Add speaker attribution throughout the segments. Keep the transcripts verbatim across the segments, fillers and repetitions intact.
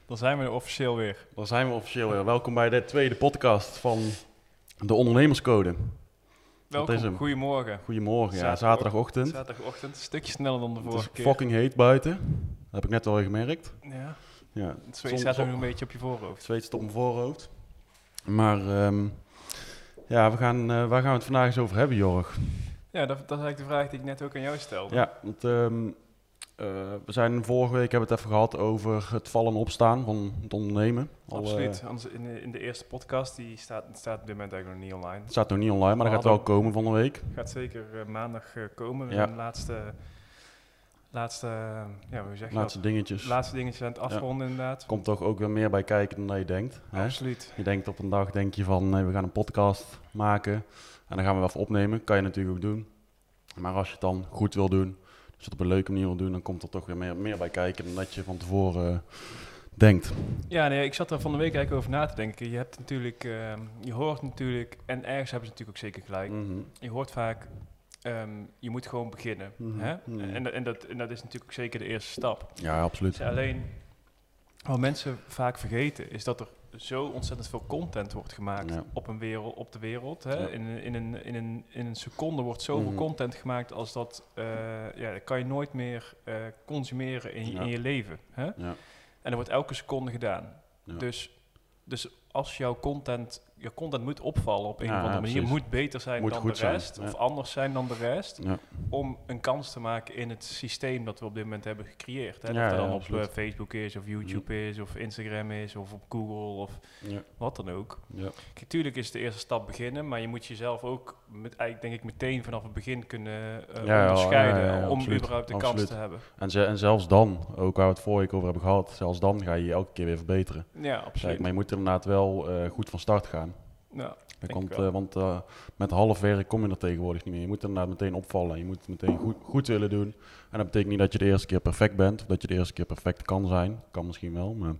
Speaker 1: Dan zijn we er officieel weer.
Speaker 2: Dan zijn we officieel weer. Welkom bij de tweede podcast van de Ondernemerscode.
Speaker 1: Welkom, goedemorgen.
Speaker 2: Goedemorgen, ja, zaterdagochtend.
Speaker 1: Zaterdagochtend, een stukje sneller dan de vorige
Speaker 2: Het is
Speaker 1: keer.
Speaker 2: fucking heet buiten. Dat heb ik net al gemerkt.
Speaker 1: Ja,
Speaker 2: Ja.
Speaker 1: het zweet staat ook nog een beetje op je
Speaker 2: Het
Speaker 1: voorhoofd.
Speaker 2: zweet staat op mijn voorhoofd. Maar um, ja, we gaan, uh, waar gaan we het vandaag eens over hebben, Jorg?
Speaker 1: Ja, dat, dat is eigenlijk de vraag die ik net ook aan jou stelde.
Speaker 2: Ja, want um, uh, we zijn vorige week hebben we het even gehad over het vallen en opstaan van het ondernemen. Al,
Speaker 1: Absoluut.
Speaker 2: Uh,
Speaker 1: Anders in, de, in de eerste podcast, die staat, staat op dit moment eigenlijk nog niet online.
Speaker 2: Het staat nog niet online, maar dat gaat wel komen van de week.
Speaker 1: Gaat zeker uh, maandag uh, komen.
Speaker 2: Ja.
Speaker 1: Een laatste, laatste, uh, ja, hoe zeg je
Speaker 2: laatste
Speaker 1: dat?
Speaker 2: dingetjes.
Speaker 1: Laatste dingetjes aan het afronden, ja. Inderdaad.
Speaker 2: Komt toch ook weer meer bij kijken dan dat je denkt. Hè?
Speaker 1: Absoluut.
Speaker 2: Je denkt op een dag, denk je van, nee, we gaan een podcast maken en dan gaan we wel even opnemen. Kan je natuurlijk ook doen. Maar als je het dan goed wil doen, als je het op een leuke manier wil doen, dan komt er toch weer meer, meer bij kijken dan dat je van tevoren uh, denkt.
Speaker 1: Ja, nee, ik zat er van de week eigenlijk over na te denken. Je hebt natuurlijk, uh, je hoort natuurlijk, en ergens hebben ze natuurlijk ook zeker gelijk.
Speaker 2: Mm-hmm.
Speaker 1: Je hoort vaak, um, je moet gewoon beginnen.
Speaker 2: Mm-hmm.
Speaker 1: Hè?
Speaker 2: Mm-hmm.
Speaker 1: En, en, dat, en dat is natuurlijk ook zeker de eerste stap.
Speaker 2: Ja, absoluut.
Speaker 1: Dus alleen, wat mensen vaak vergeten, is dat er zo ontzettend veel content wordt gemaakt
Speaker 2: ja.
Speaker 1: op, een wereld, op de wereld. Hè?
Speaker 2: Ja.
Speaker 1: In, in, een, in, een, in een seconde wordt zoveel
Speaker 2: Mm-hmm.
Speaker 1: content gemaakt als dat, uh, ja, dat kan je nooit meer uh, consumeren in,
Speaker 2: ja.
Speaker 1: in je leven. Hè?
Speaker 2: Ja.
Speaker 1: En dat wordt elke seconde gedaan.
Speaker 2: Ja.
Speaker 1: Dus, dus als jouw content, jouw content moet opvallen op een
Speaker 2: ja,
Speaker 1: of andere
Speaker 2: ja,
Speaker 1: manier,
Speaker 2: precies.
Speaker 1: moet beter zijn
Speaker 2: moet
Speaker 1: dan
Speaker 2: goed
Speaker 1: de
Speaker 2: zijn.
Speaker 1: rest,
Speaker 2: Ja.
Speaker 1: of anders zijn dan de rest,
Speaker 2: Ja.
Speaker 1: om een kans te maken in het systeem dat we op dit moment hebben gecreëerd. Hè?
Speaker 2: Ja,
Speaker 1: of dat dan
Speaker 2: ja,
Speaker 1: op uh,
Speaker 2: absoluut.
Speaker 1: Facebook is, of YouTube mm. is, of Instagram is, of op Google, of
Speaker 2: Ja.
Speaker 1: wat dan ook.
Speaker 2: Ja.
Speaker 1: Kijk, tuurlijk is de eerste stap beginnen, maar je moet jezelf ook met, eigenlijk denk ik meteen vanaf het begin kunnen uh,
Speaker 2: Ja,
Speaker 1: onderscheiden,
Speaker 2: ja, ja, ja,
Speaker 1: om
Speaker 2: absoluut,
Speaker 1: überhaupt de
Speaker 2: absoluut.
Speaker 1: kans te hebben.
Speaker 2: En, ze, en zelfs dan, ook waar we het vorige keer over hebben gehad, zelfs dan ga je je elke keer weer verbeteren.
Speaker 1: Ja, absoluut.
Speaker 2: Kijk, maar je moet inderdaad wel uh, goed van start gaan.
Speaker 1: Ja,
Speaker 2: Want, uh, want uh, met half werk kom je er tegenwoordig niet meer. Je moet inderdaad meteen opvallen. Je moet het meteen goed, goed willen doen. En dat betekent niet dat je de eerste keer perfect bent. Of dat je de eerste keer perfect kan zijn. Kan misschien wel. Maar,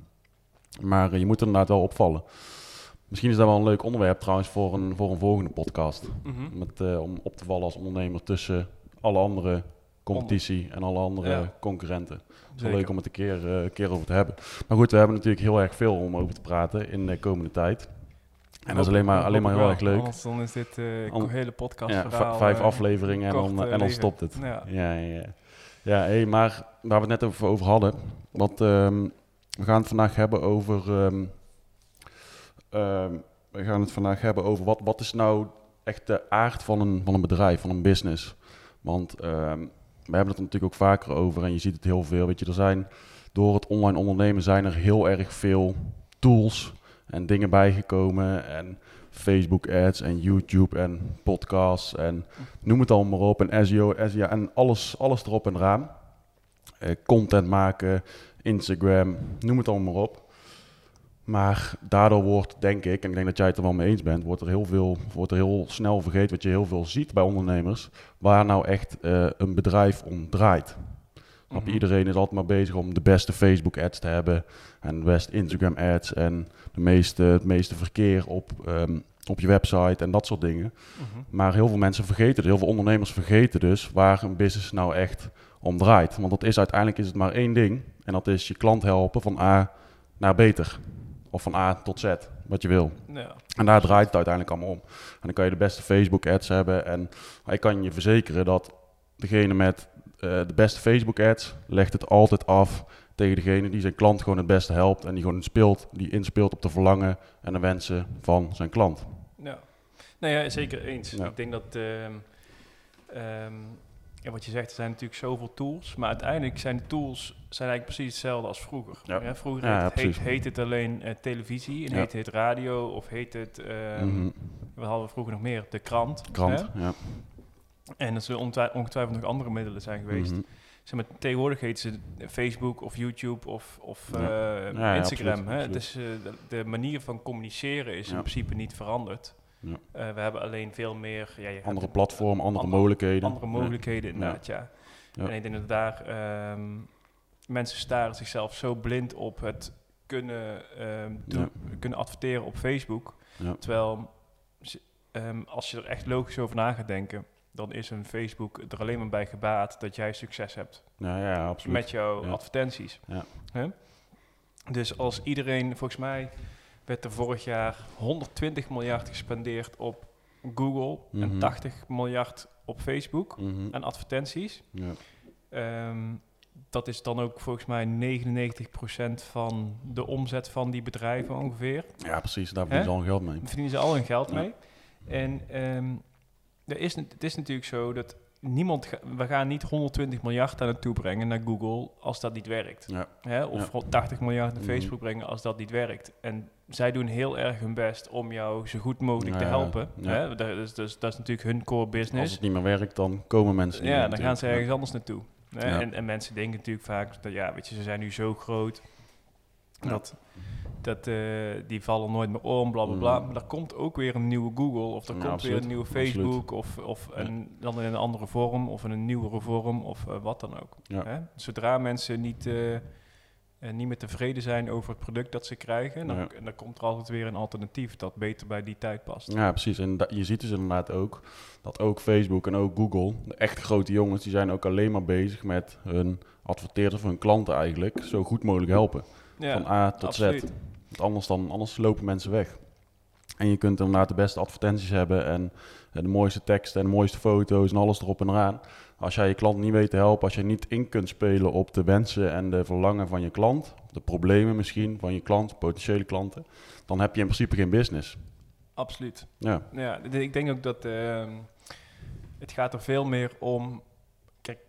Speaker 2: maar uh, je moet inderdaad wel opvallen. Misschien is dat wel een leuk onderwerp trouwens voor een, voor een volgende podcast.
Speaker 1: Mm-hmm.
Speaker 2: Met, uh, om op te vallen als ondernemer tussen alle andere competitie Onder. en alle andere
Speaker 1: ja.
Speaker 2: concurrenten. Het is wel
Speaker 1: Zeker.
Speaker 2: leuk om het een keer, uh, een keer over te hebben. Maar goed, we hebben natuurlijk heel erg veel om over te praten in de komende tijd. En dat is alleen maar, alleen maar heel erg leuk.
Speaker 1: Anders dan is dit uh, een hele podcast
Speaker 2: ja,
Speaker 1: verhaal.
Speaker 2: v- vijf
Speaker 1: uh,
Speaker 2: afleveringen en dan, uh, en dan stopt het.
Speaker 1: Ja,
Speaker 2: ja, ja, ja. ja hey, maar waar we het net over, over hadden. Want um, we gaan het vandaag hebben over... Um, um, we gaan het vandaag hebben over wat, wat is nou echt de aard van een, van een bedrijf, van een business. Want um, we hebben het er natuurlijk ook vaker over en je ziet het heel veel. Weet je, er zijn door het online ondernemen zijn er heel erg veel tools en dingen bijgekomen en Facebook ads en YouTube en podcasts en noem het allemaal maar op en S E O, S E O en alles, alles erop en eraan. Uh, content maken, Instagram, noem het allemaal maar op. Maar daardoor wordt, denk ik, en ik denk dat jij het er wel mee eens bent, wordt er heel veel, wordt er heel snel vergeten wat je heel veel ziet bij ondernemers, waar nou echt uh, een bedrijf om draait. Mm-hmm. Iedereen is altijd maar bezig om de beste Facebook ads te hebben en de beste Instagram ads en de meeste, het meeste verkeer op, um, op je website en dat soort dingen.
Speaker 1: Mm-hmm.
Speaker 2: Maar heel veel mensen vergeten, heel veel ondernemers vergeten dus waar een business nou echt om draait. Want dat is uiteindelijk is het maar één ding en dat is je klant helpen van A naar beter. Of van A tot Z, wat je wil.
Speaker 1: Ja.
Speaker 2: En daar draait het uiteindelijk allemaal om. En dan kan je de beste Facebook ads hebben en ik kan je verzekeren dat degene met Uh, de beste Facebook ads legt het altijd af tegen degene die zijn klant gewoon het beste helpt en die gewoon speelt, die inspeelt op de verlangen en de wensen van zijn klant.
Speaker 1: Ja, nou ja, zeker eens.
Speaker 2: Ja.
Speaker 1: Ik denk dat, uh, um, ja, wat je zegt, er zijn natuurlijk zoveel tools, maar uiteindelijk zijn de tools zijn eigenlijk precies hetzelfde als vroeger.
Speaker 2: Ja.
Speaker 1: Ja, vroeger
Speaker 2: ja,
Speaker 1: heet,
Speaker 2: ja,
Speaker 1: heet, heet het alleen uh, televisie en
Speaker 2: ja.
Speaker 1: heet het radio of heet het, um, mm-hmm. we hadden vroeger nog meer, de krant.
Speaker 2: Krant,
Speaker 1: hè?
Speaker 2: ja.
Speaker 1: En er zullen ontwi- ongetwijfeld nog andere middelen zijn geweest.
Speaker 2: Mm-hmm.
Speaker 1: Zeg maar, tegenwoordig heet ze Facebook of YouTube of, of uh,
Speaker 2: ja. Ja,
Speaker 1: Instagram.
Speaker 2: ja, absoluut,
Speaker 1: hè?
Speaker 2: absoluut.
Speaker 1: Het is, uh, de, de manier van communiceren is
Speaker 2: ja.
Speaker 1: in principe niet veranderd.
Speaker 2: Ja.
Speaker 1: Uh, we hebben alleen veel meer... Ja, je
Speaker 2: andere
Speaker 1: hebt,
Speaker 2: platformen, andere,
Speaker 1: andere
Speaker 2: mogelijkheden.
Speaker 1: Andere mogelijkheden,
Speaker 2: ja.
Speaker 1: inderdaad, ja.
Speaker 2: ja.
Speaker 1: En ik denk dat daar... Um, mensen staren zichzelf zo blind op het kunnen, um, doen, ja. kunnen adverteren op Facebook.
Speaker 2: Ja.
Speaker 1: Terwijl, um, als je er echt logisch over na gaat denken... dan is een Facebook er alleen maar bij gebaat dat jij succes hebt.
Speaker 2: Ja, ja, absoluut.
Speaker 1: Met jouw
Speaker 2: ja.
Speaker 1: advertenties.
Speaker 2: Ja.
Speaker 1: Huh? Dus als iedereen, volgens mij werd er vorig jaar honderdtwintig miljard gespendeerd op Google
Speaker 2: Mm-hmm.
Speaker 1: en tachtig miljard op Facebook
Speaker 2: Mm-hmm.
Speaker 1: aan advertenties.
Speaker 2: Ja.
Speaker 1: Um, dat is dan ook volgens mij negenennegentig procent van de omzet van die bedrijven ongeveer.
Speaker 2: Ja, precies. Daar verdienen ze al geld mee.
Speaker 1: Daar verdienen ze al hun geld
Speaker 2: Ja.
Speaker 1: mee. En um, er is, het is natuurlijk zo dat niemand... Ga, we gaan niet honderdtwintig miljard aan het toebrengen naar Google als dat niet werkt.
Speaker 2: Ja.
Speaker 1: Hè? Of
Speaker 2: Ja.
Speaker 1: tachtig miljard naar
Speaker 2: Mhm.
Speaker 1: Facebook brengen als dat niet werkt. En zij doen heel erg hun best om jou zo goed mogelijk
Speaker 2: Ja,
Speaker 1: te helpen.
Speaker 2: ja.
Speaker 1: Hè? Dat, is, dus, dat is natuurlijk hun core
Speaker 2: Als
Speaker 1: business.
Speaker 2: het niet meer werkt, dan komen mensen niet
Speaker 1: Ja,
Speaker 2: meer
Speaker 1: dan gaan ze ergens
Speaker 2: natuurlijk.
Speaker 1: anders naartoe. Hè?
Speaker 2: Ja.
Speaker 1: En, en mensen denken natuurlijk vaak dat, ja, weet je, ze zijn nu zo groot
Speaker 2: Ja.
Speaker 1: dat, dat uh, die vallen nooit meer om, bla bla bla.
Speaker 2: Mm.
Speaker 1: Maar er komt ook weer een nieuwe Google of er
Speaker 2: Ja,
Speaker 1: komt
Speaker 2: absoluut.
Speaker 1: weer een nieuwe Facebook of, of
Speaker 2: Ja.
Speaker 1: een, dan in een andere vorm of in een nieuwere vorm of uh, wat dan ook.
Speaker 2: Ja.
Speaker 1: Hè? Zodra mensen niet, uh, uh, niet meer tevreden zijn over het product dat ze krijgen, dan,
Speaker 2: Ja.
Speaker 1: dan komt er altijd weer een alternatief dat beter bij die tijd past.
Speaker 2: Ja, precies. En da- je ziet dus inderdaad ook dat ook Facebook en ook Google, de echt grote jongens, die zijn ook alleen maar bezig met hun adverteerders, hun klanten eigenlijk, zo goed mogelijk helpen.
Speaker 1: Ja,
Speaker 2: Van A tot
Speaker 1: absoluut.
Speaker 2: Z. Want anders, dan, anders lopen mensen weg. En je kunt inderdaad de beste advertenties hebben en, en de mooiste teksten en de mooiste foto's en alles erop en eraan. Als jij je klant niet weet te helpen, als je niet in kunt spelen op de wensen en de verlangen van je klant, de problemen misschien van je klant, potentiële klanten, dan heb je in principe geen business.
Speaker 1: Absoluut.
Speaker 2: Ja,
Speaker 1: Ja, d- ik denk ook dat uh, het gaat er veel meer om. Kijk,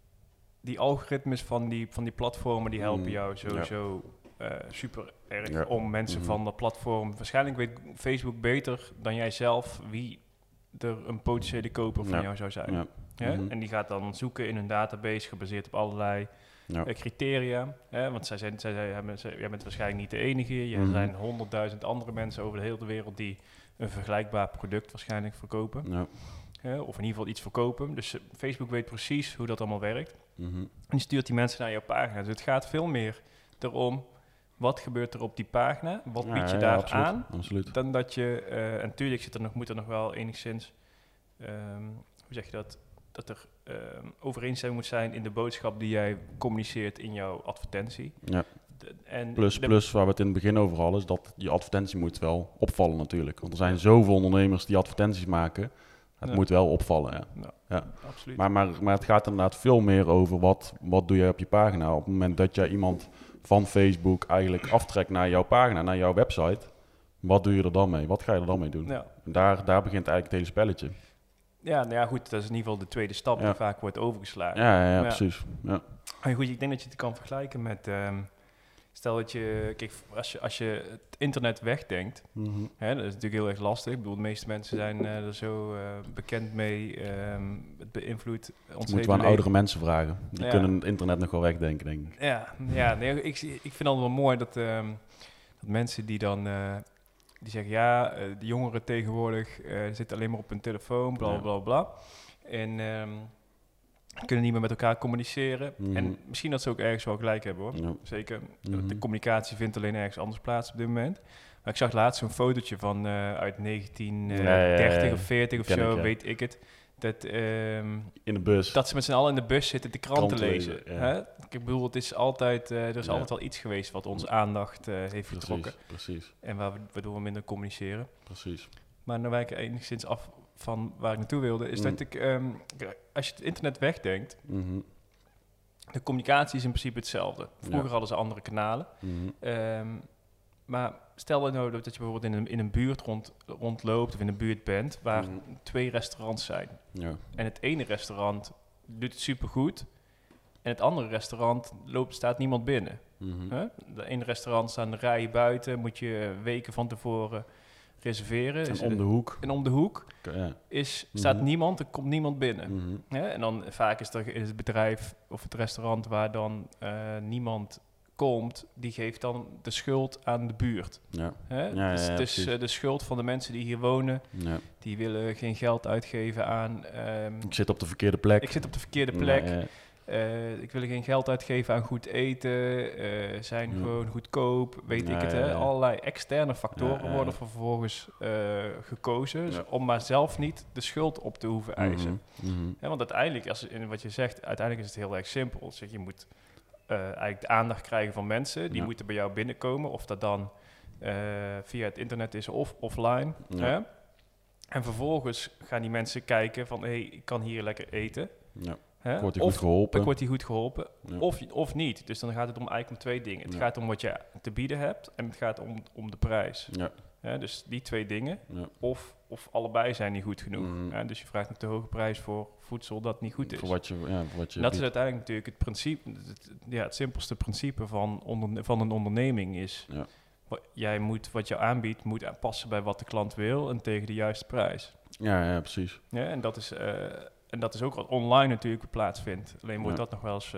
Speaker 1: die algoritmes van die, van die platformen die helpen
Speaker 2: Mm,
Speaker 1: jou sowieso uh, super erg
Speaker 2: Ja.
Speaker 1: om mensen
Speaker 2: Mhm.
Speaker 1: van dat platform. Waarschijnlijk weet Facebook beter dan jij zelf wie er een potentiële koper van
Speaker 2: Ja.
Speaker 1: jou zou zijn.
Speaker 2: ja.
Speaker 1: Hè?
Speaker 2: Mhm.
Speaker 1: En die gaat dan zoeken in hun database gebaseerd op allerlei
Speaker 2: Ja.
Speaker 1: uh, criteria. Hè? Want zij zijn, zij, zij hebben, zij, jij bent waarschijnlijk niet de enige. Er
Speaker 2: Mhm.
Speaker 1: zijn honderdduizend andere mensen over de hele wereld die een vergelijkbaar product waarschijnlijk verkopen.
Speaker 2: Ja.
Speaker 1: Hè? Of in ieder geval iets verkopen. Dus uh, Facebook weet precies hoe dat allemaal werkt.
Speaker 2: Mhm.
Speaker 1: En die stuurt die mensen naar jouw pagina. Dus het gaat veel meer erom, wat gebeurt er op die pagina? Wat
Speaker 2: Ja,
Speaker 1: bied je
Speaker 2: ja,
Speaker 1: daar
Speaker 2: absoluut,
Speaker 1: aan?
Speaker 2: Absoluut.
Speaker 1: Dan dat je, uh, en natuurlijk zit er nog, moet er nog wel enigszins, um, hoe zeg je dat, dat er um, overeenstemming moet zijn in de boodschap die jij communiceert in jouw advertentie.
Speaker 2: Ja.
Speaker 1: De, en
Speaker 2: Plus,
Speaker 1: de,
Speaker 2: plus waar we het in het begin over hadden, is dat je advertentie moet wel opvallen natuurlijk. Want er zijn zoveel ondernemers die advertenties maken. Het
Speaker 1: Ja.
Speaker 2: moet wel opvallen, ja.
Speaker 1: Ja,
Speaker 2: Ja.
Speaker 1: absoluut.
Speaker 2: Maar, maar, maar het gaat inderdaad veel meer over wat, wat doe jij op je pagina. Op het moment dat jij iemand van Facebook eigenlijk aftrekt naar jouw pagina, naar jouw website, wat doe je er dan mee? Wat ga je er dan mee doen?
Speaker 1: Ja.
Speaker 2: Daar, daar begint eigenlijk het hele spelletje.
Speaker 1: Ja, nou ja, goed, dat is in ieder geval de tweede stap
Speaker 2: Ja.
Speaker 1: die vaak wordt overgeslagen.
Speaker 2: Ja, ja, ja,
Speaker 1: Ja.
Speaker 2: precies. Ja.
Speaker 1: Maar goed, ik denk dat je het kan vergelijken met, um, stel dat je, kijk, als je, als je het internet wegdenkt,
Speaker 2: Mhm.
Speaker 1: hè, dat is natuurlijk heel erg lastig. Ik bedoel, de meeste mensen zijn uh, er zo uh, bekend mee. Um, het beïnvloedt ons
Speaker 2: Moeten
Speaker 1: hele
Speaker 2: we aan
Speaker 1: leven.
Speaker 2: oudere mensen vragen. Die
Speaker 1: Ja.
Speaker 2: kunnen het internet nog wel wegdenken, denk ik.
Speaker 1: Ja, ja nee, ik, ik vind het altijd wel mooi dat, um, dat mensen die dan... Uh, die zeggen, ja, uh, de jongeren tegenwoordig uh, zitten alleen maar op hun telefoon, bla
Speaker 2: Ja.
Speaker 1: bla bla. En um, kunnen niet meer met elkaar communiceren.
Speaker 2: Mhm.
Speaker 1: En misschien dat ze ook ergens wel gelijk hebben, hoor.
Speaker 2: Ja.
Speaker 1: Zeker.
Speaker 2: Mhm.
Speaker 1: De communicatie vindt alleen ergens anders plaats op dit moment. Maar ik zag laatst zo'n fotootje van uh, uit negentien dertig
Speaker 2: Ja, ja, ja.
Speaker 1: of veertig of
Speaker 2: Ken
Speaker 1: zo,
Speaker 2: ik, ja.
Speaker 1: weet ik het. Dat, um,
Speaker 2: In de bus.
Speaker 1: dat ze met z'n allen in de bus zitten de krant te
Speaker 2: Krant
Speaker 1: lezen.
Speaker 2: lezen, ja.
Speaker 1: Hè? Ik bedoel, het is altijd, uh, er is
Speaker 2: Ja.
Speaker 1: altijd wel iets geweest wat onze aandacht uh, heeft getrokken.
Speaker 2: Precies, precies,
Speaker 1: En waar we, waardoor we minder communiceren.
Speaker 2: precies.
Speaker 1: Maar dan wijk ik enigszins af van waar ik naartoe wilde. Is
Speaker 2: Mm.
Speaker 1: dat ik, um, als je het internet wegdenkt,
Speaker 2: Mhm.
Speaker 1: de communicatie is in principe hetzelfde. Vroeger
Speaker 2: Ja.
Speaker 1: hadden ze andere kanalen.
Speaker 2: Mhm.
Speaker 1: Um, maar stel nou dat je bijvoorbeeld in een, in een buurt rond, rondloopt of in een buurt bent waar
Speaker 2: Mhm.
Speaker 1: twee restaurants zijn.
Speaker 2: Ja.
Speaker 1: En het ene restaurant doet het supergoed en het andere restaurant loopt, staat niemand binnen.
Speaker 2: Mhm.
Speaker 1: Huh? De ene restaurant staan de rijen buiten, moet je weken van tevoren reserveren.
Speaker 2: En
Speaker 1: Is
Speaker 2: om
Speaker 1: het-
Speaker 2: de hoek.
Speaker 1: en om de hoek
Speaker 2: Ja.
Speaker 1: is, staat
Speaker 2: Mhm.
Speaker 1: niemand, er komt niemand binnen.
Speaker 2: Mhm.
Speaker 1: Ja, en dan vaak is er is het bedrijf of het restaurant waar dan uh, niemand komt, die geeft dan de schuld aan de buurt.
Speaker 2: Ja.
Speaker 1: Hè?
Speaker 2: Ja,
Speaker 1: dus
Speaker 2: ja, ja,
Speaker 1: dus
Speaker 2: precies.
Speaker 1: uh, de schuld van de mensen die hier wonen,
Speaker 2: Ja.
Speaker 1: die willen geen geld uitgeven aan... Um,
Speaker 2: Ik zit op de verkeerde plek.
Speaker 1: ik zit op de verkeerde plek.
Speaker 2: Ja, ja.
Speaker 1: Uh, ik wil geen geld uitgeven aan goed eten, uh, zijn
Speaker 2: Ja.
Speaker 1: gewoon goedkoop, weet
Speaker 2: Ja,
Speaker 1: ik het.
Speaker 2: ja,
Speaker 1: Hè?
Speaker 2: ja.
Speaker 1: Allerlei externe factoren
Speaker 2: Ja, ja, ja.
Speaker 1: worden vervolgens uh, gekozen,
Speaker 2: Ja.
Speaker 1: om maar zelf niet de schuld op te hoeven eisen.
Speaker 2: Mhm. Mhm.
Speaker 1: Ja, want uiteindelijk, als, in wat je zegt, uiteindelijk is het heel erg simpel. Zeg, je moet uh, eigenlijk de aandacht krijgen van mensen. Die
Speaker 2: ja.
Speaker 1: moeten bij jou binnenkomen. Of dat dan uh, via het internet is of offline.
Speaker 2: Ja.
Speaker 1: Hè? En vervolgens gaan die mensen kijken van... hé, hey, ik kan hier lekker eten.
Speaker 2: Ja.
Speaker 1: Hè?
Speaker 2: Wordt hij
Speaker 1: of,
Speaker 2: goed geholpen?
Speaker 1: Ik word hier goed geholpen.
Speaker 2: Ja.
Speaker 1: Of, of niet. Dus dan gaat het om eigenlijk om twee dingen. Het
Speaker 2: Ja.
Speaker 1: gaat om wat je te bieden hebt. En het gaat om, om de prijs.
Speaker 2: Ja.
Speaker 1: Ja, dus die twee dingen.
Speaker 2: Ja.
Speaker 1: Of, of allebei zijn niet goed genoeg.
Speaker 2: Mm.
Speaker 1: Ja, dus je vraagt een te hoge prijs voor voedsel dat niet goed is.
Speaker 2: Voor wat je, ja, voor wat je
Speaker 1: En dat
Speaker 2: biedt.
Speaker 1: is uiteindelijk natuurlijk het principe, het, ja, het simpelste principe van, onder, van een onderneming is...
Speaker 2: Ja.
Speaker 1: Wat, jij moet, wat je aanbiedt, moet aanpassen bij wat de klant wil en tegen de juiste prijs.
Speaker 2: Ja, ja, precies.
Speaker 1: Ja, en, dat is, uh, en dat is ook wat online natuurlijk plaatsvindt. Alleen wordt
Speaker 2: Ja.
Speaker 1: dat nog wel eens uh,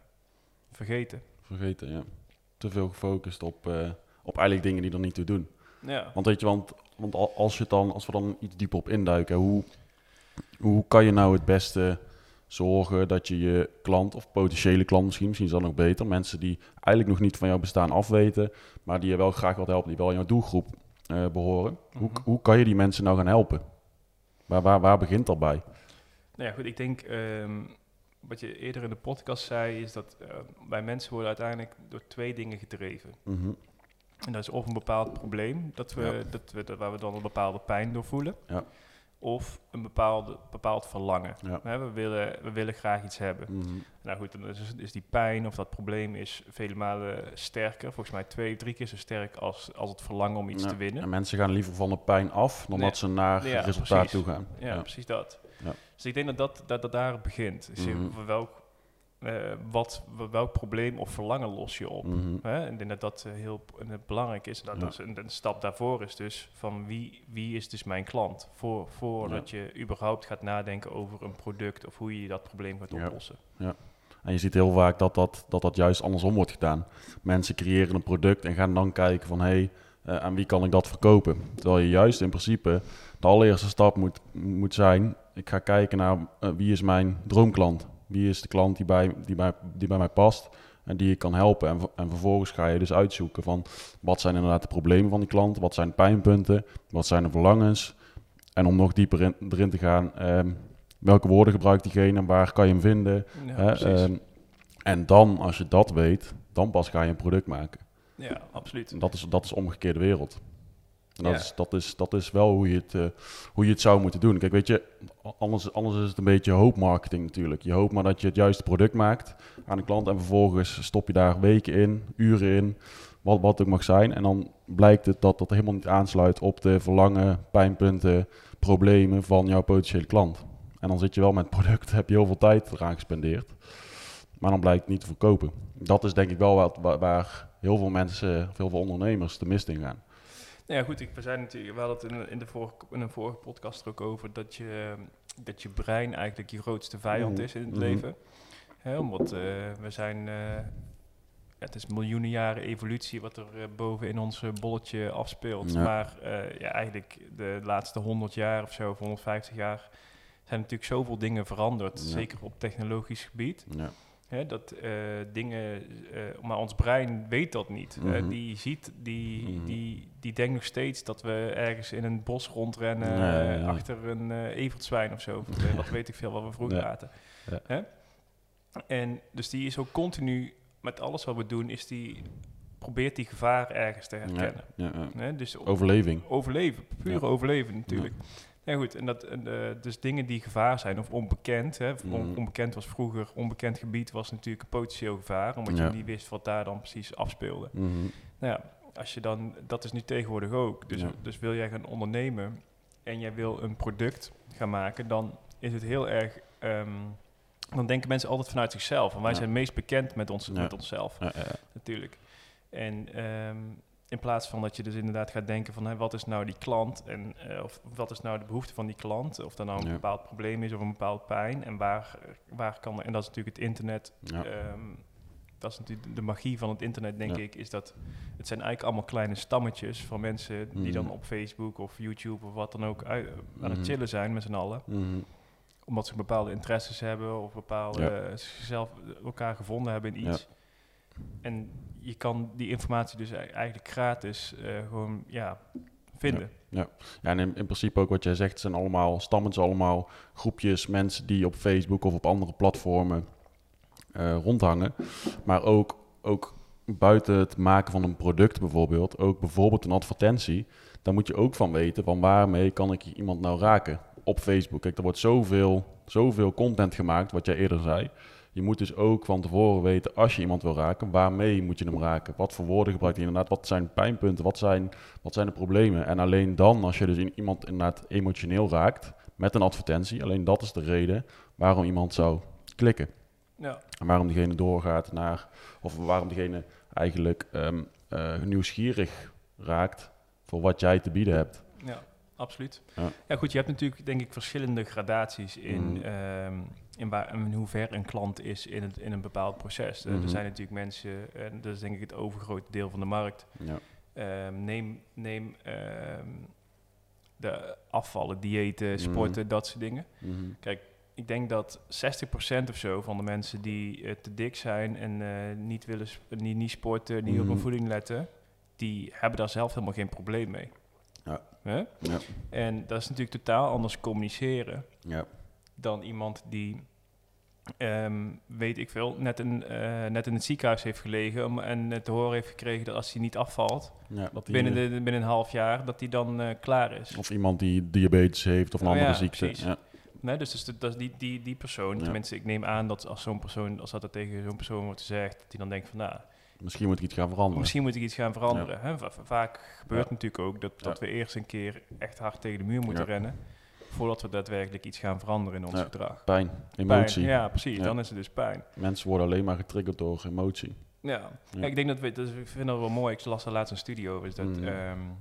Speaker 1: vergeten.
Speaker 2: Vergeten, ja. Te veel gefocust op, uh, op eigenlijk dingen die er niet toe doen.
Speaker 1: Ja.
Speaker 2: Want weet je, want, want als, je dan, als we dan iets dieper op induiken, hoe, hoe kan je nou het beste zorgen dat je je klant of potentiële klant misschien, misschien is dat nog beter, mensen die eigenlijk nog niet van jouw bestaan afweten, maar die je wel graag wilt helpen, die wel in jouw doelgroep uh, behoren. Mm-hmm. Hoe, hoe kan je die mensen nou gaan helpen? Waar, waar, waar begint dat bij?
Speaker 1: Nou ja, goed, ik denk, um, wat je eerder in de podcast zei, is dat uh, wij mensen worden uiteindelijk door twee dingen gedreven.
Speaker 2: Mm-hmm.
Speaker 1: En dat is of een bepaald probleem, dat we, ja. dat we, dat, waar we dan een bepaalde pijn door voelen.
Speaker 2: Ja.
Speaker 1: Of een bepaalde, bepaald verlangen.
Speaker 2: Ja.
Speaker 1: Hè, we, willen, we willen graag iets hebben.
Speaker 2: Mm-hmm.
Speaker 1: Nou goed, dan is, is die pijn of dat probleem is vele malen sterker. Volgens mij twee, drie keer zo sterk als, als het verlangen om iets
Speaker 2: ja.
Speaker 1: te winnen.
Speaker 2: En mensen gaan liever van de pijn af dan
Speaker 1: nee.
Speaker 2: dat ze naar
Speaker 1: ja,
Speaker 2: het resultaat
Speaker 1: precies.
Speaker 2: toe gaan.
Speaker 1: Ja,
Speaker 2: Ja,
Speaker 1: precies dat.
Speaker 2: Ja.
Speaker 1: Dus ik denk dat dat, dat, dat daar begint. Dus
Speaker 2: Mm-hmm.
Speaker 1: je, welk, uh, wat, welk probleem of verlangen los je op?
Speaker 2: Mm-hmm.
Speaker 1: Hè? En ik denk dat dat uh, heel uh, belangrijk is. Dat
Speaker 2: Ja.
Speaker 1: is een, een stap daarvoor is dus van wie, wie is dus mijn klant? Voor, voordat
Speaker 2: Ja.
Speaker 1: je überhaupt gaat nadenken over een product of hoe je dat probleem gaat
Speaker 2: Ja.
Speaker 1: oplossen.
Speaker 2: Ja. En je ziet heel vaak dat dat, dat dat juist andersom wordt gedaan. Mensen creëren een product en gaan dan kijken van... hé, hey, uh, aan wie kan ik dat verkopen? Terwijl je juist in principe de allereerste stap moet, moet zijn... ik ga kijken naar uh, wie is mijn droomklant? Wie is de klant die bij, die bij, die bij mij past en die ik kan helpen? En, en vervolgens ga je dus uitzoeken van... wat zijn inderdaad de problemen van die klant? Wat zijn de pijnpunten? Wat zijn de verlangens? En om nog dieper in, erin te gaan... Um, welke woorden gebruikt diegene en waar kan je hem vinden?
Speaker 1: Ja,
Speaker 2: Hè? Um, en dan, als je dat weet, dan pas ga je een product maken.
Speaker 1: Ja, absoluut.
Speaker 2: En dat is, dat is omgekeerde wereld. En dat,
Speaker 1: Ja.
Speaker 2: is, dat, is, dat is wel hoe je, het, uh, hoe je het zou moeten doen. Kijk, weet je, anders, anders is het een beetje hoopmarketing natuurlijk. Je hoopt maar dat je het juiste product maakt aan de klant en vervolgens stop je daar weken in, uren in, wat, wat het ook mag zijn. En dan blijkt het dat dat helemaal niet aansluit op de verlangen, pijnpunten, problemen van jouw potentiële klant. En dan zit je wel met het product, heb je heel veel tijd eraan gespendeerd. Maar dan blijkt het niet te verkopen. Dat is denk ik wel wat, waar, waar heel veel mensen, of heel veel ondernemers de mist in gaan.
Speaker 1: Nou ja, goed, ik, we zijn natuurlijk wel het in, in, de vorige, in een vorige podcast er ook over dat je, dat je brein eigenlijk je grootste vijand is in het
Speaker 2: Mm-hmm.
Speaker 1: leven. Hè, omdat uh, we zijn, uh, het is miljoenen jaren evolutie wat er uh, boven in ons bolletje afspeelt.
Speaker 2: Ja.
Speaker 1: Maar uh, ja, eigenlijk de laatste honderd jaar of zo, of honderdvijftig jaar, zijn natuurlijk zoveel dingen veranderd.
Speaker 2: Ja.
Speaker 1: Zeker op technologisch gebied.
Speaker 2: Ja.
Speaker 1: Hè, dat uh, dingen, uh, maar ons brein weet dat niet.
Speaker 2: Mm-hmm.
Speaker 1: Uh, die ziet, die,
Speaker 2: Mm-hmm.
Speaker 1: die, die denkt nog steeds dat we ergens in een bos rondrennen
Speaker 2: Nee, nee, nee.
Speaker 1: uh, achter een uh, evertzwijn of zo. Of, uh, wat weet ik veel wat we vroeger
Speaker 2: Ja.
Speaker 1: aten.
Speaker 2: Ja.
Speaker 1: Hè? En dus die is ook continu, met alles wat we doen, is die, probeert die gevaar ergens te herkennen.
Speaker 2: Ja, ja, ja.
Speaker 1: Hè? Dus
Speaker 2: Overleving.
Speaker 1: overleven, pure
Speaker 2: Ja.
Speaker 1: overleven natuurlijk. Ja goed, en dat, en, uh, dus dingen die gevaar zijn of onbekend. Hè. On,
Speaker 2: Mm.
Speaker 1: onbekend was vroeger, onbekend gebied was natuurlijk een potentieel gevaar. Omdat
Speaker 2: Ja.
Speaker 1: je niet wist wat daar dan precies afspeelde.
Speaker 2: Mm-hmm.
Speaker 1: Nou ja, als je dan, dat is nu tegenwoordig ook. Dus,
Speaker 2: Ja.
Speaker 1: dus wil jij gaan ondernemen en jij wil een product gaan maken, dan is het heel erg... Um, dan denken mensen altijd vanuit zichzelf. En wij
Speaker 2: Ja.
Speaker 1: zijn meest bekend met, ons,
Speaker 2: Ja.
Speaker 1: met onszelf,
Speaker 2: Ja, ja, ja.
Speaker 1: natuurlijk. En... Um, in plaats van dat je dus inderdaad gaat denken van... Hé, wat is nou die klant en uh, of wat is nou de behoefte van die klant? Of dat nou een
Speaker 2: Ja.
Speaker 1: bepaald probleem is of een bepaald pijn. En waar, waar kan... En dat is natuurlijk het internet.
Speaker 2: Ja.
Speaker 1: Um, dat is natuurlijk de magie van het internet, denk
Speaker 2: Ja.
Speaker 1: ik. Is dat het zijn eigenlijk allemaal kleine stammetjes van mensen... die
Speaker 2: Mhm.
Speaker 1: dan op Facebook of YouTube of wat dan ook... Uit, aan het
Speaker 2: Mhm.
Speaker 1: chillen zijn met z'n allen.
Speaker 2: Mm-hmm.
Speaker 1: Omdat ze bepaalde interesses hebben... of bepaalde...
Speaker 2: Ja.
Speaker 1: Uh, zichzelf elkaar gevonden hebben in iets...
Speaker 2: Ja.
Speaker 1: En je kan die informatie dus eigenlijk gratis uh, gewoon ja, vinden.
Speaker 2: Ja, en in, in principe ook wat jij zegt, zijn allemaal stammen, zijn allemaal groepjes mensen die op Facebook of op andere platformen uh, rondhangen. Maar ook, ook buiten het maken van een product bijvoorbeeld, ook bijvoorbeeld een advertentie, daar moet je ook van weten van waarmee kan ik iemand nou raken op Facebook. Kijk, er wordt zoveel, zoveel content gemaakt, wat jij eerder zei. Je moet dus ook van tevoren weten, als je iemand wil raken, waarmee moet je hem raken? Wat voor woorden gebruikt hij inderdaad? Wat zijn pijnpunten? Wat zijn, wat zijn de problemen? En alleen dan, als je dus in iemand inderdaad emotioneel raakt met een advertentie, alleen dat is de reden waarom iemand zou klikken.
Speaker 1: Ja.
Speaker 2: En waarom diegene doorgaat naar, of waarom diegene eigenlijk um, uh, nieuwsgierig raakt voor wat jij te bieden hebt.
Speaker 1: Ja, absoluut.
Speaker 2: Ja,
Speaker 1: ja goed, je hebt natuurlijk denk ik verschillende gradaties in,
Speaker 2: mm.
Speaker 1: um, in, waar, in hoe ver een klant is in, het, in een bepaald proces. Mm-hmm. Er zijn natuurlijk mensen, en dat is denk ik het overgrote deel van de markt.
Speaker 2: Ja.
Speaker 1: Um, neem neem um, de afvallen, diëten, sporten, mm. dat soort dingen.
Speaker 2: Mm-hmm.
Speaker 1: Kijk, ik denk dat zestig procent of zo van de mensen die uh, te dik zijn en uh, niet willen sp- niet, niet sporten, niet mm-hmm. op hun voeding letten, die hebben daar zelf helemaal geen probleem mee.
Speaker 2: Ja.
Speaker 1: Huh?
Speaker 2: Ja.
Speaker 1: En dat is natuurlijk totaal anders communiceren
Speaker 2: Ja.
Speaker 1: dan iemand die, um, weet ik veel, net, een, uh, net in het ziekenhuis heeft gelegen om, en uh, te horen heeft gekregen dat als hij niet afvalt,
Speaker 2: ja, dat die,
Speaker 1: binnen, de, binnen een half jaar, dat hij dan uh, klaar is.
Speaker 2: Of iemand die diabetes heeft of een
Speaker 1: oh,
Speaker 2: andere
Speaker 1: ja,
Speaker 2: ziekte. Ja.
Speaker 1: Nee, dus, dus dat is die, die, die persoon, ja. Tenminste, ik neem aan dat als zo'n persoon, als dat er tegen zo'n persoon wordt gezegd, dat hij dan denkt van, nou,
Speaker 2: misschien moet ik iets gaan veranderen.
Speaker 1: Misschien moet ik iets gaan veranderen. Ja. Hè? Va- vaak gebeurt
Speaker 2: ja.
Speaker 1: natuurlijk ook dat, dat
Speaker 2: ja.
Speaker 1: we eerst een keer echt hard tegen de muur moeten ja. rennen, voordat we daadwerkelijk iets gaan veranderen in ons
Speaker 2: ja.
Speaker 1: gedrag.
Speaker 2: Pijn, emotie.
Speaker 1: Pijn. Ja, precies. Ja. Dan is het dus pijn.
Speaker 2: Mensen worden alleen maar getriggerd door emotie.
Speaker 1: Ja, ja. ja ik denk dat we, dat, ik vind dat wel mooi. Ik las er laatst een studie over, is dat mm. um,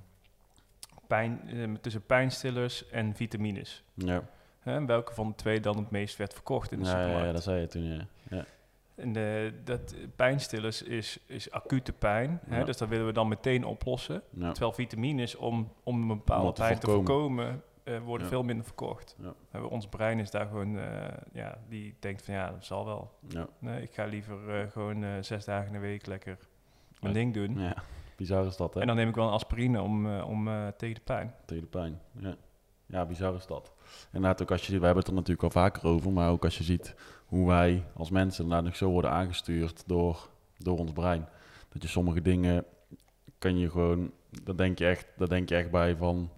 Speaker 1: pijn, um, tussen pijnstillers en vitamines.
Speaker 2: Ja.
Speaker 1: Hè, welke van de twee dan het meest werd verkocht in de
Speaker 2: ja,
Speaker 1: supermarkt.
Speaker 2: Ja, ja, dat zei je toen, ja. ja.
Speaker 1: En de, dat pijnstillers is, is acute pijn, ja. hè, dus dat willen we dan meteen oplossen. Ja. Terwijl vitamines, om, om een bepaalde om pijn te voorkomen, uh, worden ja. veel minder verkocht. Ja. Uh, ons brein is daar gewoon, uh, ja, die denkt van ja, dat zal wel. Ja. Nee, ik ga liever uh, gewoon uh, zes dagen in de week lekker mijn ja. ding doen.
Speaker 2: Ja. Bizar is dat, hè?
Speaker 1: En dan neem ik wel een aspirine om, uh, om uh, tegen de pijn.
Speaker 2: Tegen de pijn, ja. Ja, bizar is dat. Inderdaad, ook als je, we hebben het er natuurlijk al vaker over, maar ook als je ziet hoe wij als mensen inderdaad nog zo worden aangestuurd door, door ons brein. Dat je sommige dingen kan je gewoon, daar denk je echt, daar denk je echt bij van,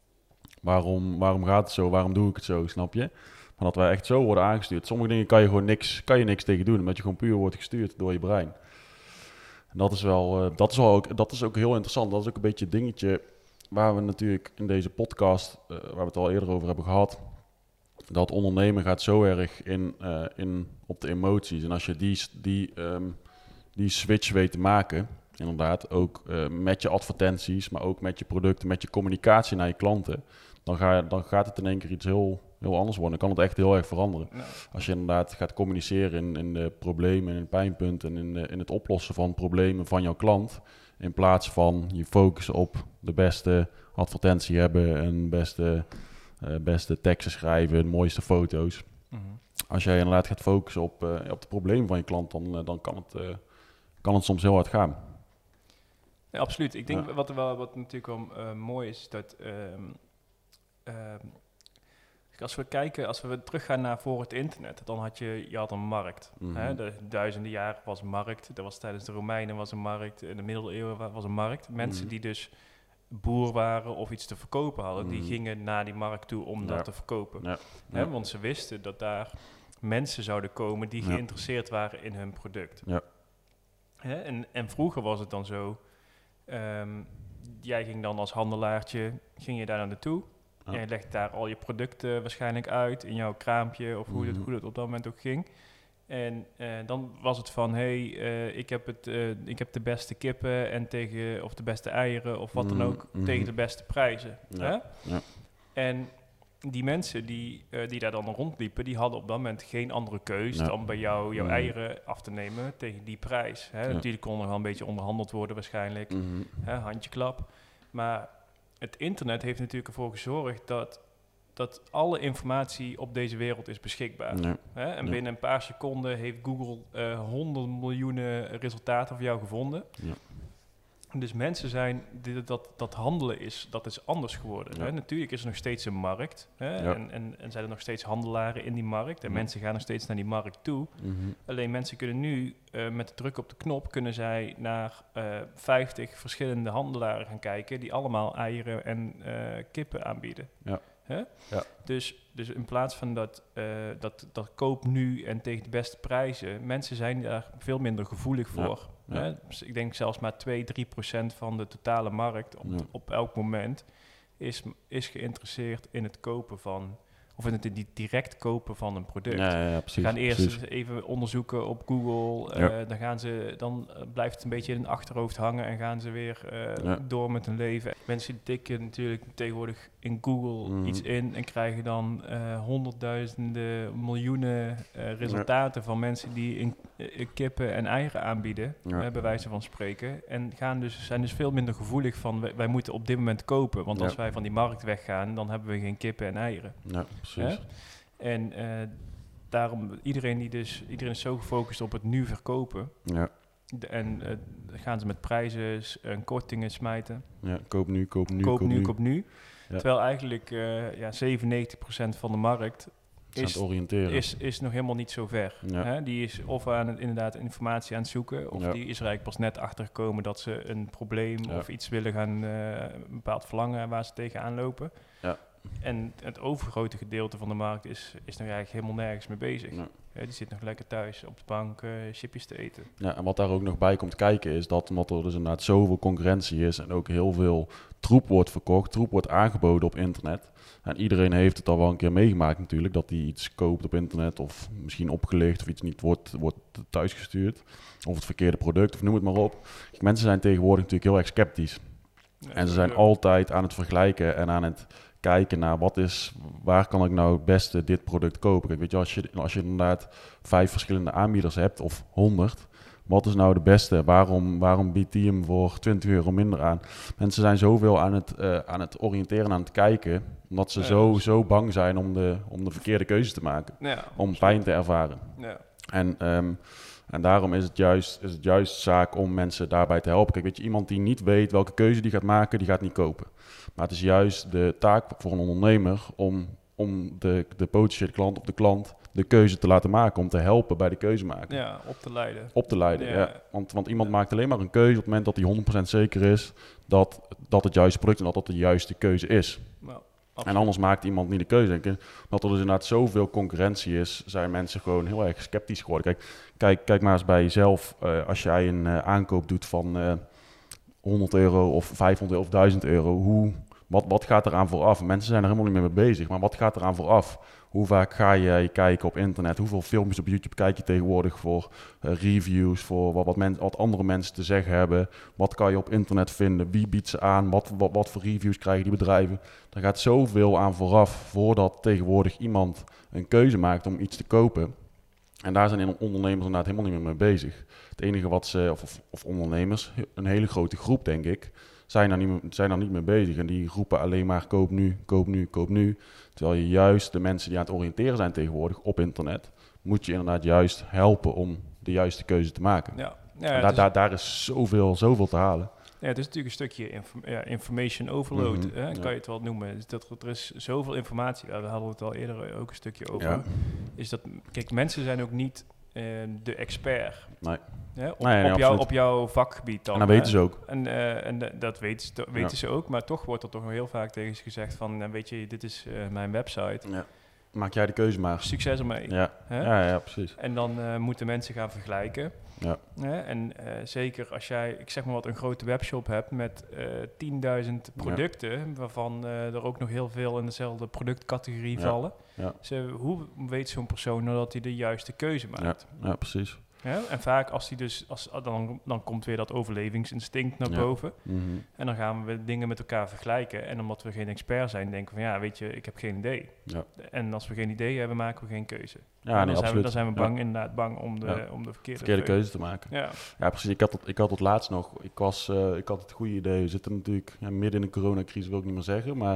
Speaker 2: waarom, waarom gaat het zo, waarom doe ik het zo, snap je? Maar dat wij echt zo worden aangestuurd. Sommige dingen kan je gewoon niks, kan je niks tegen doen, omdat je gewoon puur wordt gestuurd door je brein. En dat is wel, uh, dat is wel ook, dat is ook heel interessant. Dat is ook een beetje het dingetje waar we natuurlijk in deze podcast, uh, waar we het al eerder over hebben gehad, dat ondernemen gaat zo erg in, uh, in op de emoties. En als je die, die, um, die switch weet te maken, inderdaad, ook uh, met je advertenties, maar ook met je producten, met je communicatie naar je klanten, dan, ga, dan gaat het in één keer iets heel, heel anders worden. Dan kan het echt heel erg veranderen. Ja. Als je inderdaad gaat communiceren in, in de problemen, in de pijnpunten en in, de, in het oplossen van problemen van jouw klant, in plaats van je focussen op de beste advertentie hebben en beste, uh, beste teksten schrijven, de mooiste foto's. Mm-hmm. Als jij inderdaad gaat focussen op, uh, op de problemen van je klant, dan, uh, dan kan, het, uh, kan het soms heel hard gaan.
Speaker 1: Ja, absoluut. Ik denk ja. wat, wel, wat natuurlijk wel uh, mooi is, dat um, uh, als we kijken, als we teruggaan naar voor het internet, dan had je, je had een markt. Mm-hmm. Hè? De duizenden jaren was een markt. Er was tijdens de Romeinen was een markt. In de middeleeuwen was een markt. Mensen mm-hmm. die dus boer waren of iets te verkopen hadden, mm-hmm. die gingen naar die markt toe om ja. dat te verkopen. Ja. Hè? Ja. Want ze wisten dat daar mensen zouden komen die ja. geïnteresseerd waren in hun product. Ja. Hè? En, en vroeger was het dan zo, um, jij ging dan als handelaartje, ging je daar naar naartoe. Ja. En je legt daar al je producten waarschijnlijk uit in jouw kraampje of hoe, mm-hmm. het, hoe het op dat moment ook ging. En uh, dan was het van, hé, hey, uh, ik, heb het, uh, ik heb de beste kippen en tegen, of de beste eieren of wat mm-hmm. dan ook, mm-hmm. tegen de beste prijzen. Ja. Hè? Ja. En die mensen die, uh, die daar dan rondliepen, die hadden op dat moment geen andere keus ja. dan bij jou jouw mm-hmm. eieren af te nemen tegen die prijs. Hè? Ja. Natuurlijk kon er wel een beetje onderhandeld worden waarschijnlijk, mm-hmm. hè, handjeklap. Maar het internet heeft natuurlijk ervoor gezorgd dat, dat alle informatie op deze wereld is beschikbaar. Ja. Hè? En ja. binnen een paar seconden heeft Google uh, honderd miljoenen resultaten voor jou gevonden. Ja. Dus mensen zijn, dit, dat, dat handelen is, dat is anders geworden.
Speaker 2: Ja.
Speaker 1: Hè? Natuurlijk is er nog steeds een markt. Hè?
Speaker 2: Ja.
Speaker 1: En, en, en zijn er nog steeds handelaren in die markt. En
Speaker 2: Ja.
Speaker 1: mensen gaan nog steeds naar die markt toe.
Speaker 2: Mm-hmm.
Speaker 1: Alleen mensen kunnen nu, uh, met de druk op de knop, kunnen zij naar uh, vijftig verschillende handelaren gaan kijken, die allemaal eieren en uh, kippen aanbieden.
Speaker 2: Ja.
Speaker 1: Hè?
Speaker 2: Ja.
Speaker 1: Dus, dus in plaats van dat, uh, dat, dat koop nu en tegen de beste prijzen, mensen zijn daar veel minder gevoelig voor.
Speaker 2: Ja. Ja.
Speaker 1: Hè? Dus ik denk zelfs maar twee, drie procent van de totale markt op,
Speaker 2: Ja.
Speaker 1: op elk moment is, is geïnteresseerd in het kopen van, of in het direct kopen van een product.
Speaker 2: Ja, ja, ja, precies.
Speaker 1: Ze gaan eerst
Speaker 2: precies.
Speaker 1: even onderzoeken op Google.
Speaker 2: Ja.
Speaker 1: Uh, dan, gaan ze, dan uh, blijft het een beetje in hun achterhoofd hangen en gaan ze weer uh,
Speaker 2: Ja.
Speaker 1: door met hun leven. Mensen die tikken natuurlijk tegenwoordig in Google
Speaker 2: Mm.
Speaker 1: iets in en krijgen dan uh, honderdduizenden, miljoenen uh, resultaten ja. van mensen die in, uh, kippen en eieren aanbieden,
Speaker 2: Ja.
Speaker 1: uh, bij wijze van spreken. En gaan dus, zijn dus veel minder gevoelig van wij, wij moeten op dit moment kopen. Want
Speaker 2: Ja.
Speaker 1: als wij van die markt weggaan, dan hebben we geen kippen en eieren.
Speaker 2: Ja, precies.
Speaker 1: Hè? En uh, daarom, iedereen, die dus, iedereen is zo gefocust op het nu verkopen.
Speaker 2: Ja.
Speaker 1: De, en uh, gaan ze met prijzen en kortingen smijten.
Speaker 2: Ja, koop nu, koop nu,
Speaker 1: koop,
Speaker 2: koop
Speaker 1: nu,
Speaker 2: nu.
Speaker 1: koop nu.
Speaker 2: Ja.
Speaker 1: Terwijl eigenlijk uh, ja, zevenennegentig procent van de markt is,
Speaker 2: oriënteren.
Speaker 1: Is, is nog helemaal niet zo ver.
Speaker 2: Ja.
Speaker 1: Hè? Die is of aan het, inderdaad informatie aan het zoeken, of
Speaker 2: Ja.
Speaker 1: die is er eigenlijk pas net achter gekomen dat ze een probleem
Speaker 2: Ja.
Speaker 1: of iets willen gaan, uh, een bepaald verlangen waar ze tegenaan lopen.
Speaker 2: Ja.
Speaker 1: En het overgrote gedeelte van de markt is, is nog eigenlijk helemaal nergens mee bezig.
Speaker 2: Ja.
Speaker 1: Ja, die zit nog lekker thuis op de bank uh, chipjes te eten.
Speaker 2: Ja, en wat daar ook nog bij komt kijken is dat omdat er dus inderdaad zoveel concurrentie is en ook heel veel troep wordt verkocht, troep wordt aangeboden op internet. En iedereen heeft het al wel een keer meegemaakt natuurlijk, dat hij iets koopt op internet of misschien opgelicht of iets niet wordt, wordt thuisgestuurd. Of het verkeerde product of noem het maar op. Mensen zijn tegenwoordig natuurlijk heel erg sceptisch.
Speaker 1: Ja,
Speaker 2: en ze zijn
Speaker 1: ja.
Speaker 2: altijd aan het vergelijken en aan het kijken naar wat is, waar kan ik nou het beste dit product kopen. Kijk, weet je, als je, als je inderdaad vijf verschillende aanbieders hebt of honderd, wat is nou de beste? Waarom, waarom biedt die hem voor twintig euro minder aan? Mensen zijn zoveel aan het, uh, aan het oriënteren en aan het kijken, omdat ze
Speaker 1: ja,
Speaker 2: zo,
Speaker 1: dus...
Speaker 2: zo bang zijn om de, om de verkeerde keuze te maken.
Speaker 1: Ja,
Speaker 2: om pijn te ervaren.
Speaker 1: Ja.
Speaker 2: En, um, en daarom is het, juist, is het juist zaak om mensen daarbij te helpen. Kijk, weet je, iemand die niet weet welke keuze die gaat maken, die gaat niet kopen. Maar het is juist de taak voor een ondernemer om, om de, de potentiële klant of de klant de keuze te laten maken, om te helpen bij de keuze maken.
Speaker 1: Ja, op te leiden.
Speaker 2: Op te leiden, ja.
Speaker 1: ja.
Speaker 2: Want, want iemand ja. maakt alleen maar een keuze op het moment dat hij honderd procent zeker is dat, dat het juiste product en dat dat de juiste keuze is.
Speaker 1: Nou,
Speaker 2: en anders maakt iemand niet de keuze. Omdat er dus inderdaad zoveel concurrentie is, zijn mensen gewoon heel erg sceptisch geworden. Kijk, kijk, kijk maar eens bij jezelf. Uh, als jij een uh, aankoop doet van uh, honderd euro of vijfhonderd euro of duizend euro, hoe... Wat, wat gaat eraan vooraf? Mensen zijn er helemaal niet meer mee bezig, maar wat gaat eraan vooraf? Hoe vaak ga je kijken op internet? Hoeveel filmpjes op YouTube kijk je tegenwoordig voor uh, reviews, voor wat, wat, men, wat andere mensen te zeggen hebben? Wat kan je op internet vinden? Wie biedt ze aan? Wat, wat, wat voor reviews krijgen die bedrijven? Er gaat zoveel aan vooraf voordat tegenwoordig iemand een keuze maakt om iets te kopen. En daar zijn ondernemers inderdaad helemaal niet meer mee bezig. Het enige wat ze, of, of, of ondernemers, een hele grote groep denk ik, zijn daar, niet meer, zijn daar niet mee bezig. En die roepen alleen maar koop nu, koop nu, koop nu. Terwijl je juist de mensen die aan het oriënteren zijn tegenwoordig op internet, moet je inderdaad juist helpen om de juiste keuze te maken.
Speaker 1: Ja. Ja,
Speaker 2: en daar, is, daar, daar is zoveel, zoveel te halen.
Speaker 1: Ja, het is natuurlijk een stukje inf- ja, information overload,
Speaker 2: mm-hmm,
Speaker 1: hè,
Speaker 2: ja.
Speaker 1: kan je het wel noemen. Dus dat, er is zoveel informatie, daar hadden we het al eerder ook een stukje over.
Speaker 2: Ja.
Speaker 1: Is dat, kijk, mensen zijn ook niet uh, de expert.
Speaker 2: Nee.
Speaker 1: Ja, op,
Speaker 2: nee, nee,
Speaker 1: op, jou, op jouw vakgebied dan.
Speaker 2: En dat weten
Speaker 1: hè?
Speaker 2: ze ook.
Speaker 1: En, uh, en uh, dat weten, ze, weten ja. ze ook, maar toch wordt er toch heel vaak tegen ze gezegd van, nou, weet je, dit is uh, mijn website.
Speaker 2: Ja. Maak jij de keuze maar.
Speaker 1: Succes ermee.
Speaker 2: Ja, ja, ja, precies.
Speaker 1: En dan uh, moeten mensen gaan vergelijken.
Speaker 2: Ja.
Speaker 1: Hè? En uh, zeker als jij, ik zeg maar wat, een grote webshop hebt met uh, tienduizend producten, ja. waarvan uh, er ook nog heel veel in dezelfde productcategorie ja. vallen.
Speaker 2: Ja.
Speaker 1: Dus, uh, hoe weet zo'n persoon nou dat hij de juiste keuze maakt?
Speaker 2: Ja, ja precies.
Speaker 1: Ja? En vaak als hij dus, als, dan, dan komt weer dat overlevingsinstinct naar
Speaker 2: ja.
Speaker 1: boven.
Speaker 2: Mm-hmm.
Speaker 1: En dan gaan we dingen met elkaar vergelijken. En omdat we geen expert zijn, denken we van ja, weet je, ik heb geen idee.
Speaker 2: Ja.
Speaker 1: En als we geen idee hebben, maken we geen keuze.
Speaker 2: Ja, nee,
Speaker 1: dan, zijn we, dan zijn we bang,
Speaker 2: ja.
Speaker 1: inderdaad bang om de,
Speaker 2: ja.
Speaker 1: om de verkeerde,
Speaker 2: verkeerde keuze te maken.
Speaker 1: Ja,
Speaker 2: ja precies. Ik had, het, ik had het laatst nog. Ik, was, uh, ik had het goede idee. We zitten natuurlijk ja, midden in de coronacrisis, wil ik niet meer zeggen. Maar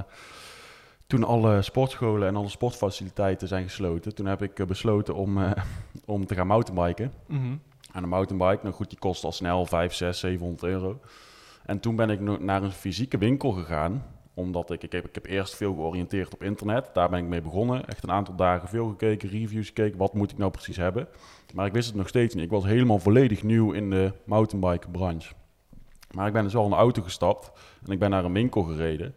Speaker 2: toen alle sportscholen en alle sportfaciliteiten zijn gesloten, toen heb ik uh, besloten om, uh, om te gaan mountainbiken.
Speaker 1: Mm-hmm.
Speaker 2: En een mountainbike, nou goed, die kost al snel vijf, zes, zevenhonderd euro. En toen ben ik no- naar een fysieke winkel gegaan, omdat ik, ik heb, ik heb eerst veel georiënteerd op internet. Daar ben ik mee begonnen. Echt een aantal dagen veel gekeken, reviews gekeken. Wat moet ik nou precies hebben? Maar ik wist het nog steeds niet. Ik was helemaal volledig nieuw in de mountainbike branche. Maar ik ben dus wel in de auto gestapt en ik ben naar een winkel gereden.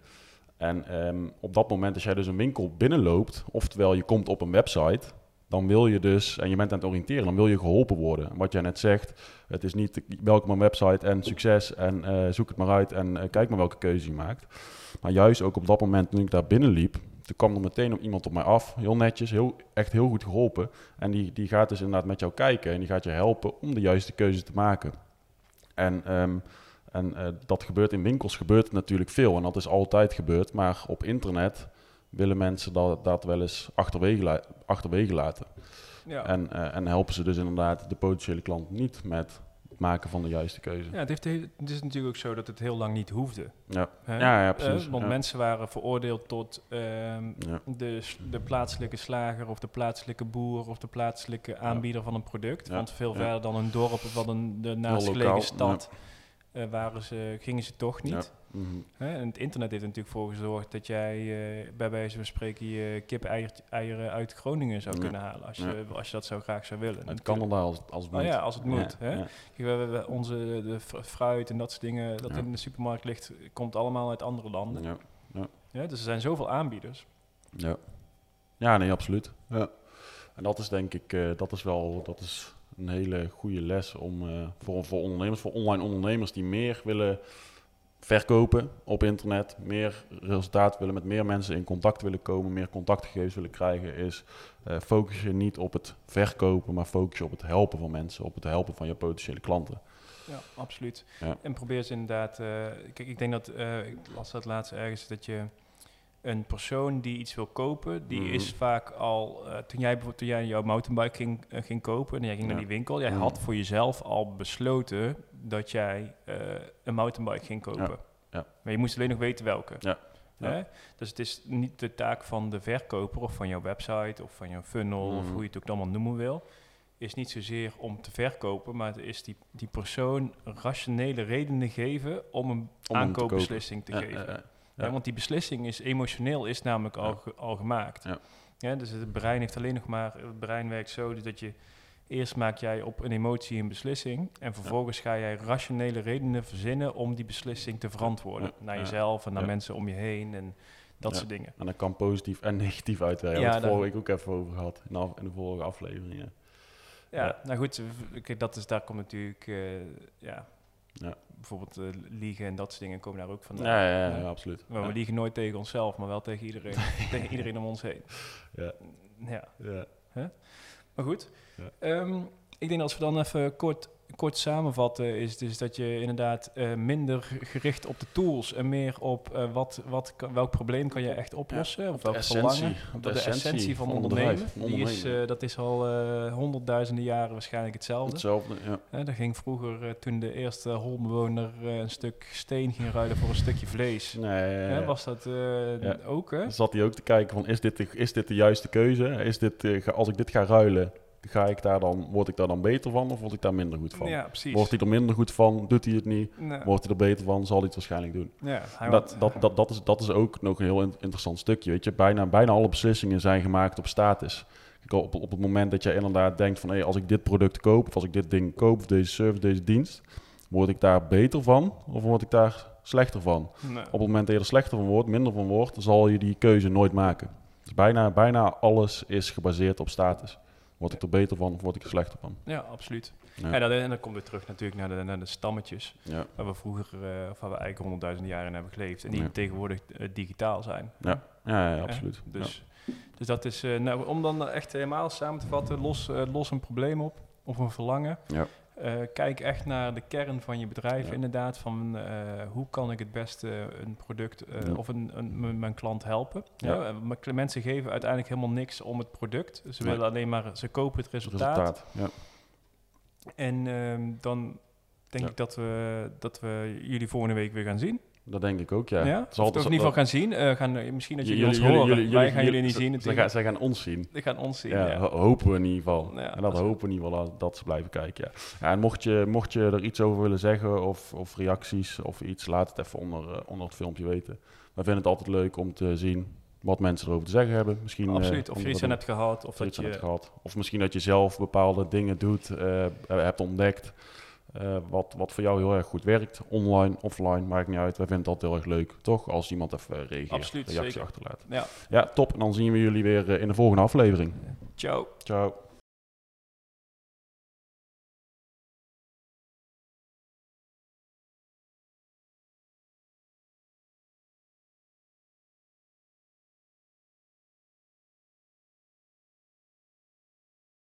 Speaker 2: En um, op dat moment, als jij dus een winkel binnenloopt, oftewel je komt op een website, dan wil je dus, en je bent aan het oriënteren, dan wil je geholpen worden. Wat jij net zegt, het is niet welkom een website en succes en uh, zoek het maar uit en uh, kijk maar welke keuze je maakt. Maar juist ook op dat moment, toen ik daar binnenliep, toen kwam er meteen iemand op mij af, heel netjes, heel, echt heel goed geholpen. En die, die gaat dus inderdaad met jou kijken en die gaat je helpen om de juiste keuze te maken. En... Um, En uh, dat gebeurt in winkels, gebeurt het natuurlijk veel. En dat is altijd gebeurd. Maar op internet willen mensen dat, dat wel eens achterwege, la- achterwege laten. Ja. En, uh, en helpen ze dus inderdaad de potentiële klant niet met het maken van de juiste keuze.
Speaker 1: Ja, het, heeft, het is natuurlijk ook zo dat het heel lang niet hoefde.
Speaker 2: Ja, ja, ja, precies.
Speaker 1: Uh, want
Speaker 2: ja.
Speaker 1: mensen waren veroordeeld tot uh, ja. de, de plaatselijke slager of de plaatselijke boer of de plaatselijke aanbieder ja. van een product. Ja. Want veel ja. verder dan een dorp of dan een, de naastgelegen stad... Ja. Uh, waren ze, gingen ze toch niet. Ja. Mm-hmm. Hè? En het internet heeft er natuurlijk voor gezorgd dat jij uh, bij wijze van spreken je kip-eieren uit Groningen zou ja. kunnen halen. Als je, ja. als je dat zo graag zou willen.
Speaker 2: Het kan inderdaad als, als het moet.
Speaker 1: Oh ja, als het moet. Ja. Hè? Ja. Kijk, we, we, onze de fruit en dat soort dingen dat ja. in de supermarkt ligt, komt allemaal uit andere landen. Ja. Ja. Ja, dus er zijn zoveel aanbieders.
Speaker 2: Ja, ja nee, absoluut. Ja. En dat is denk ik, uh, dat is wel... Dat is een hele goede les om uh, voor, voor ondernemers, voor online ondernemers die meer willen verkopen op internet, meer resultaat willen, met meer mensen in contact willen komen, meer contactgegevens willen krijgen, is uh, focus je niet op het verkopen, maar focus je op het helpen van mensen, op het helpen van je potentiële klanten.
Speaker 1: Ja, absoluut. Ja. En probeer ze inderdaad, uh, kijk, ik denk dat, uh, ik las dat laatst ergens, dat je een persoon die iets wil kopen, die mm. is vaak al... Uh, toen, jij, toen jij jouw mountainbike ging, uh, ging kopen en jij ging ja. naar die winkel... jij mm. had voor jezelf al besloten dat jij uh, een mountainbike ging kopen. Ja. Ja. Maar je moest alleen nog weten welke. Ja. Ja. Hè? Dus het is niet de taak van de verkoper of van jouw website of van jouw funnel... Mm. of hoe je het ook allemaal noemen wil... is niet zozeer om te verkopen, maar het is die, die persoon rationele redenen geven... om een om aankoopbeslissing te, te ja, geven. Ja, ja. Ja. Ja, want die beslissing is emotioneel is namelijk ja. al, ge, al gemaakt. Ja. Ja, dus het brein heeft alleen nog maar... Het brein werkt zo dus dat je... Eerst maak jij op een emotie een beslissing... en vervolgens ja. ga jij rationele redenen verzinnen... om die beslissing te verantwoorden. Ja. Naar jezelf en naar ja. mensen om je heen en dat ja. soort dingen.
Speaker 2: En dat kan positief en negatief uitwerken. Ja, daar hebben we het vorige week ook even over gehad. In de, in de vorige aflevering. Ja,
Speaker 1: ja, ja. nou goed. Dat is, daar komt natuurlijk... Uh, ja, ja. bijvoorbeeld uh, liegen en dat soort dingen komen daar ook vandaan.
Speaker 2: Ja, ja, ja, ja, absoluut.
Speaker 1: Maar we
Speaker 2: ja.
Speaker 1: liegen nooit tegen onszelf, maar wel tegen iedereen. tegen iedereen om ons heen.
Speaker 2: Ja.
Speaker 1: Ja.
Speaker 2: ja.
Speaker 1: Huh? Maar goed. Ja. Um, ik denk dat als we dan even kort, kort samenvatten, is dus dat je inderdaad uh, minder gericht op de tools en meer op uh, wat, wat, welk probleem kan je echt oplossen, ja, of welk verlangen.
Speaker 2: Op
Speaker 1: de, de essentie, essentie van, van ondernemen. Die is, uh, dat is al uh, honderdduizenden jaren waarschijnlijk hetzelfde.
Speaker 2: Hetzelfde, ja.
Speaker 1: Uh, dat ging vroeger, uh, toen de eerste holbewoner uh, een stuk steen ging ruilen voor een stukje vlees.
Speaker 2: Nee, ja, ja.
Speaker 1: Uh, was dat uh, ja. ook, hè?
Speaker 2: Dan zat hij ook te kijken van, is dit de, is dit de juiste keuze? Is dit, uh, als ik dit ga ruilen... Ga ik daar dan, word ik daar dan beter van of word ik daar minder goed van?
Speaker 1: Ja, precies.
Speaker 2: Wordt hij er minder goed van, doet hij het niet? Nee. Wordt hij er beter van, zal hij het waarschijnlijk doen.
Speaker 1: Ja, hij
Speaker 2: dat, dat, dat, dat, is, dat is ook nog een heel interessant stukje. Weet je? Bijna, bijna alle beslissingen zijn gemaakt op status. Op, op het moment dat je inderdaad denkt van... Hey, als ik dit product koop of als ik dit ding koop... of deze service, deze dienst... word ik daar beter van of word ik daar slechter van? Nee. Op het moment dat je er slechter van wordt, minder van wordt... zal je die keuze nooit maken. Dus bijna, bijna alles is gebaseerd op status. Word ik er beter van of word ik er slechter van?
Speaker 1: Ja, absoluut. Ja. En, dan, en dan komt weer terug natuurlijk naar de, naar de stammetjes. Ja. Waar we vroeger, uh, of waar we eigenlijk honderdduizenden jaren in hebben geleefd. En die ja. tegenwoordig uh, digitaal zijn.
Speaker 2: Ja, ja, ja absoluut.
Speaker 1: Ja, dus,
Speaker 2: ja.
Speaker 1: dus dat is, uh, nou, om dan echt helemaal samen te vatten, los, uh, los een probleem op of een verlangen. Ja. Uh, kijk echt naar de kern van je bedrijf ja. inderdaad. Van uh, hoe kan ik het beste een product uh, ja. of een, een, m- mijn klant helpen. Ja. Ja, mensen geven uiteindelijk helemaal niks om het product. Ze willen nee. alleen maar, ze kopen het resultaat.
Speaker 2: resultaat ja.
Speaker 1: En uh, dan denk ja. ik dat we, dat we jullie volgende week weer gaan zien.
Speaker 2: Dat denk ik ook, ja.
Speaker 1: Ja?
Speaker 2: Het zal,
Speaker 1: Of, of in ieder geval gaan zien. Uh, gaan, uh, misschien dat jullie, jullie ons horen. Jullie, Wij gaan jullie niet zien natuurlijk.
Speaker 2: Zij gaan, zij gaan ons zien.
Speaker 1: Zij gaan ons zien,
Speaker 2: ja.
Speaker 1: ja.
Speaker 2: Ho- hopen we in ieder geval.
Speaker 1: Ja,
Speaker 2: en dat hopen we in ieder geval dat, dat ze blijven kijken, ja. ja en mocht je, mocht je er iets over willen zeggen of, of reacties of iets, laat het even onder, uh, onder het filmpje weten. Wij vinden het altijd leuk om te zien wat mensen erover te zeggen hebben. Misschien,
Speaker 1: Absoluut,
Speaker 2: uh,
Speaker 1: of je iets aan hebt gehad. Of, dat je...
Speaker 2: hebt gehad. Of misschien dat je zelf bepaalde dingen doet, uh, hebt ontdekt. Uh, wat, wat voor jou heel erg goed werkt. Online, offline, maakt niet uit. Wij vinden het altijd heel erg leuk, toch? Als iemand even reageert,
Speaker 1: Absoluut,
Speaker 2: reactie
Speaker 1: zeker.
Speaker 2: achterlaat.
Speaker 1: Ja.
Speaker 2: ja, top. En dan zien we jullie weer uh, in de volgende aflevering.
Speaker 1: Ciao.
Speaker 2: Ciao.